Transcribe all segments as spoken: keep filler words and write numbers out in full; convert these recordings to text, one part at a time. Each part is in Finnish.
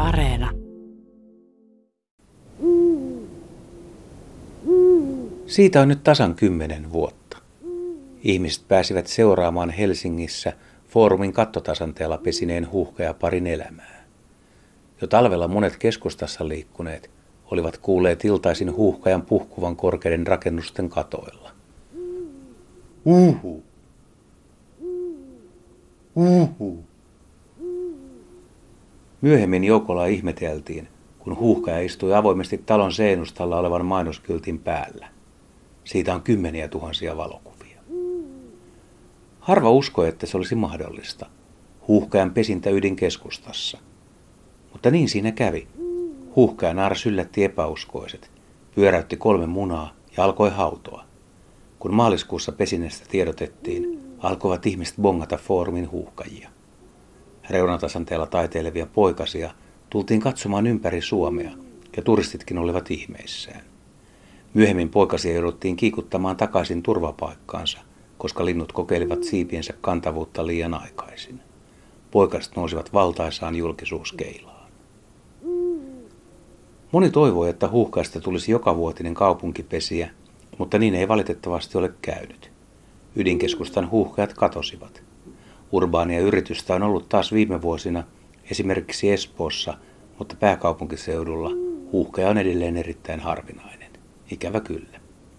Areena. Siitä on nyt tasan kymmenen vuotta. Ihmiset pääsivät seuraamaan Helsingissä foorumin kattotasanteella pesineen huuhkajaparin elämää. Jo talvella monet keskustassa liikkuneet olivat kuulleet iltaisin huuhkajan puhkuvan korkeiden rakennusten katoilla. Uhu! Uhu! Myöhemmin joukolla ihmeteltiin, kun huuhkaja istui avoimesti talon seinustalla olevan mainoskyltin päällä. Siitä on kymmeniä tuhansia valokuvia. Harva uskoi, että se olisi mahdollista. Huuhkajan pesintä ydinkeskustassa. Mutta niin siinä kävi. Huuhkaja naaras yllätti epäuskoiset, pyöräytti kolme munaa ja alkoi hautoa. Kun maaliskuussa pesinnästä tiedotettiin, alkoivat ihmiset bongata foorumin huuhkajia. Reunatasanteella taiteilevia poikasia tultiin katsomaan ympäri Suomea ja turistitkin olivat ihmeissään. Myöhemmin poikasia jouduttiin kiikuttamaan takaisin turvapaikkaansa, koska linnut kokeilivat siipiensä kantavuutta liian aikaisin. Poikaset nousivat valtaisaan julkisuuskeilaan. Moni toivoi, että huuhkajasta tulisi jokavuotinen kaupunkipesiä, mutta niin ei valitettavasti ole käynyt. Ydinkeskustan huuhkajat katosivat. Urbaania yritystä on ollut taas viime vuosina, esimerkiksi Espoossa, mutta pääkaupunkiseudulla huuhkaja on edelleen erittäin harvinainen. Ikävä kyllä.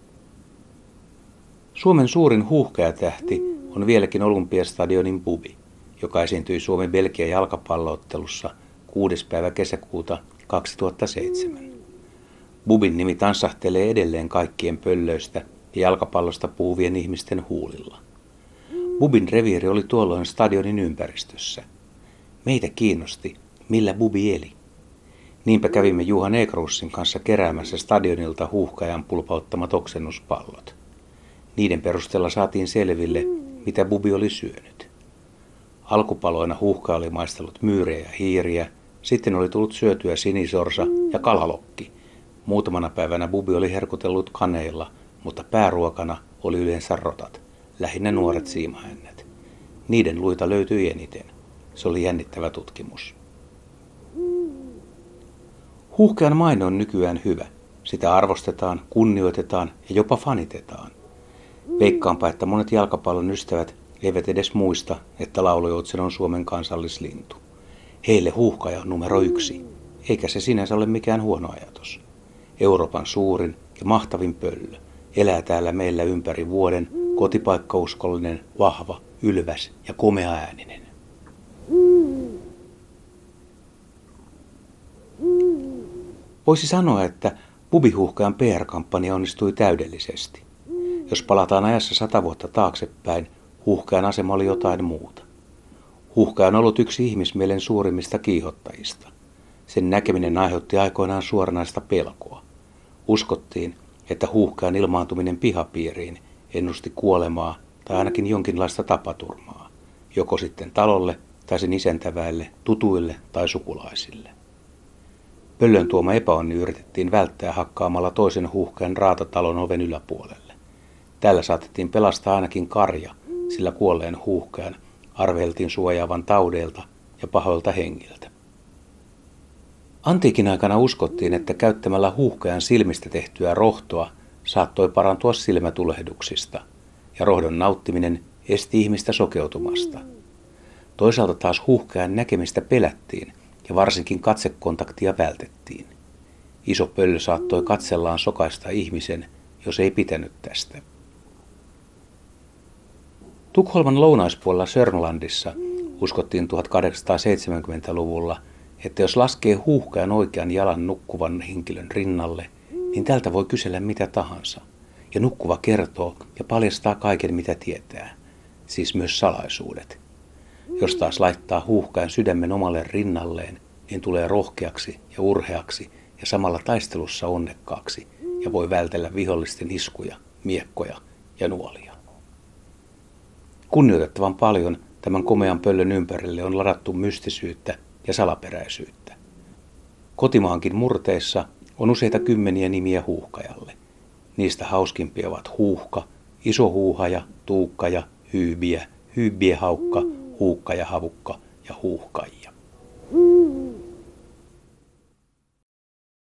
Suomen suurin huuhkajatähti on vieläkin Olympiastadionin Bubi, joka esiintyi Suomi-Belgia jalkapalloottelussa kuudes päivä kesäkuuta kaksituhattaseitsemän. Bubin nimi tanssahtelee edelleen kaikkien pöllöistä ja jalkapallosta puhuvien ihmisten huulilla. Bubin reviiri oli tuolloin stadionin ympäristössä. Meitä kiinnosti, millä Bubi eli. Niinpä kävimme Juha Ekrussin kanssa keräämässä stadionilta huuhkajan pulpauttamat oksennuspallot. Niiden perusteella saatiin selville, mitä Bubi oli syönyt. Alkupaloina huuhkaja oli maistellut myyriä ja hiiriä, sitten oli tullut syötyä sinisorsa ja kalalokki. Muutamana päivänä Bubi oli herkutellut kaneilla, mutta pääruokana oli yleensä rotat, lähinnä nuoret siimahännät. Niiden luita löytyi eniten. Se oli jännittävä tutkimus. Huuhkajan maine on nykyään hyvä. Sitä arvostetaan, kunnioitetaan ja jopa fanitetaan. Veikkaanpa, että monet jalkapallon ystävät eivät edes muista, että laulujoutsen on Suomen kansallislintu. Heille huuhkaja on numero yksi, eikä se sinänsä ole mikään huono ajatus. Euroopan suurin ja mahtavin pöllö elää täällä meillä ympäri vuoden, kotipaikkauskollinen, vahva, ylväs ja komea ääninen. Voisi sanoa, että Bubi-huuhkajan P R-kampanja onnistui täydellisesti. Jos palataan ajassa sata vuotta taaksepäin, huuhkajan asema oli jotain muuta. Huuhkaja on ollut yksi ihmismielen suurimmista kiihottajista. Sen näkeminen aiheutti aikoinaan suoranaista pelkoa. Uskottiin, että huuhkajan ilmaantuminen pihapiiriin ennusti kuolemaa tai ainakin jonkinlaista tapaturmaa, joko sitten talolle tai sen isäntäväelle, tutuille tai sukulaisille. Pöllön tuoma epäonni yritettiin välttää hakkaamalla toisen huuhkajan raatatalon oven yläpuolelle. Tällä saatettiin pelastaa ainakin karja, sillä kuolleen huuhkajan arveltiin suojaavan taudeilta ja pahoilta hengiltä. Antiikin aikana uskottiin, että käyttämällä huuhkajan silmistä tehtyä rohtoa saattoi parantua silmätulehduksista, ja rohdon nauttiminen esti ihmistä sokeutumasta. Toisaalta taas huuhkajan näkemistä pelättiin, ja varsinkin katsekontaktia vältettiin. Iso pöllö saattoi katsellaan sokaista ihmisen, jos ei pitänyt tästä. Tukholman lounaispuolella Sörmlandissa uskottiin tuhatkahdeksansataaseitsemänkymmentäluvulla, että jos laskee huuhkajan oikean jalan nukkuvan henkilön rinnalle, niin tältä voi kysellä mitä tahansa. Ja nukkuva kertoo ja paljastaa kaiken mitä tietää, siis myös salaisuudet. Jos taas laittaa huuhkajan sydämen omalle rinnalleen, niin tulee rohkeaksi ja urheaksi ja samalla taistelussa onnekkaaksi ja voi vältellä vihollisten iskuja, miekkoja ja nuolia. Kunnioitettavan paljon tämän komean pöllön ympärille on ladattu mystisyyttä ja salaperäisyyttä. Kotimaankin murteissa on useita kymmeniä nimiä huuhkajalle. Niistä hauskimpia ovat huuhka, iso huuhaja, tuukkaja, hyybiä, hyybiehaukka, huuhkajahavukka ja huuhkajia.